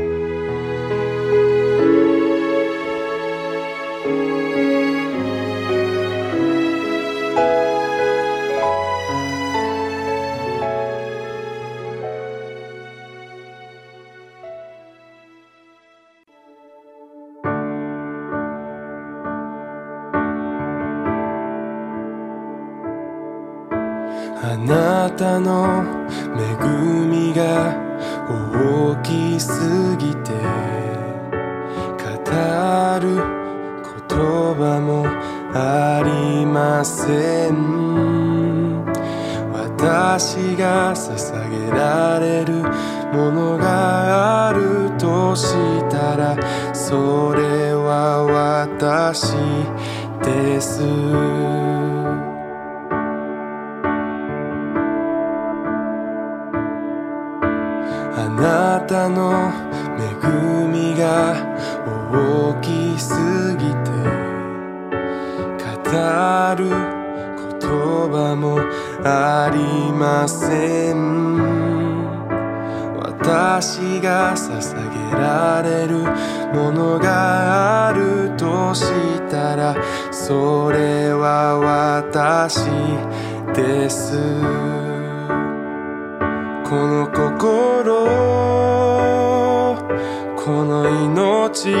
あなたの恵みが大きすぎて語る言葉もありません。私が捧げられるものがあるとしたら、それは私です。あなたの恵みが大きすぎて語る言葉もありません。私が捧げられるものがあるとしたら、それは私です。 この心この命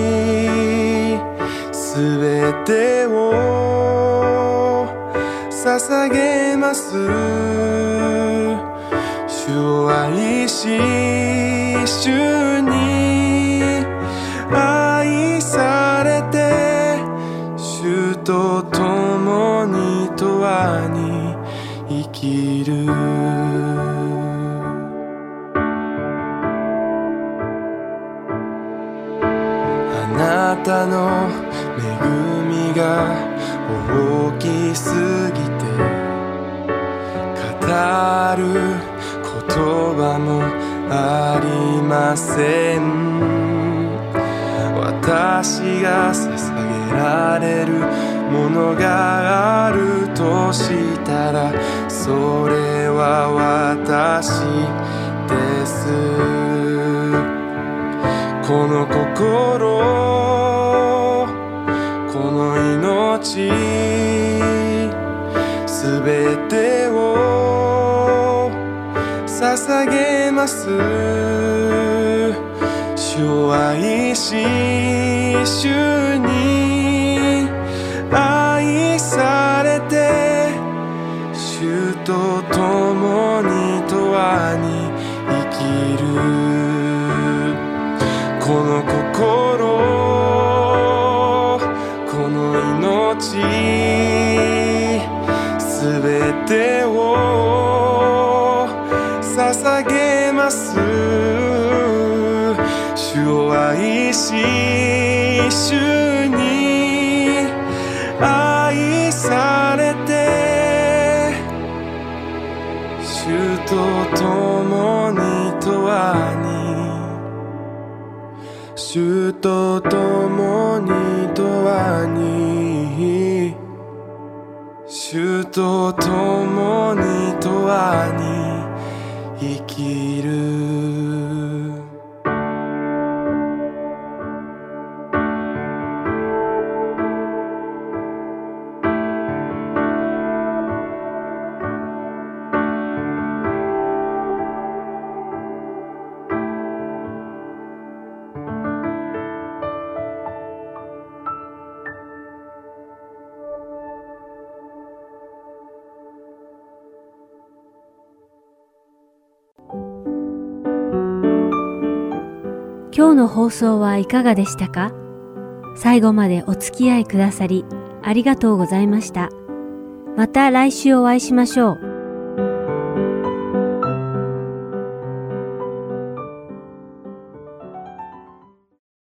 すべてを捧げます。主を愛し主に愛されて主と共に永遠に生きる。あなたの恵みが大きすぎて語る言葉もありません。私が捧げられるものがあるとしたらそれは私です。この心この命すべてを捧げます。主を愛し主に愛されて主と共に永遠に生きる。この心この命すべてを捧げます。主を愛し主に愛されて主と共に永遠に主と共に永遠に主と共に永遠に生きる。 今日の放送はいかがでしたか？最後までお付き合いくださりありがとうございました。また来週お会いしましょう。